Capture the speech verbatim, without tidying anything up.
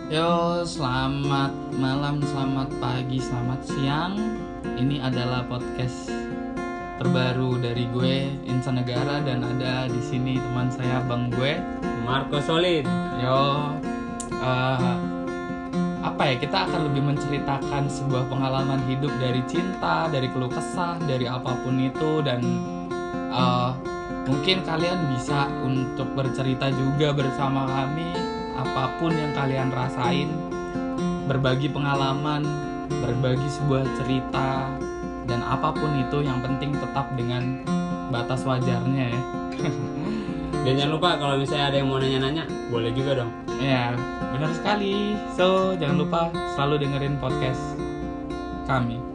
Yo, selamat malam, selamat pagi, selamat siang. Ini adalah podcast terbaru dari gue, Insan Negara, dan ada di sini teman saya, bang gue, Marco Solid. Yo, uh, apa ya? Kita akan lebih menceritakan sebuah pengalaman hidup dari cinta, dari keluh kesah, dari apapun itu, dan uh, mungkin kalian bisa untuk bercerita juga bersama kami. Apapun yang kalian rasain, berbagi pengalaman, berbagi sebuah cerita, dan apapun itu yang penting tetap dengan batas wajarnya ya. Dan jangan lupa kalau misalnya ada yang mau nanya-nanya, boleh juga dong. Ya, benar sekali. So, jangan lupa selalu dengerin podcast kami.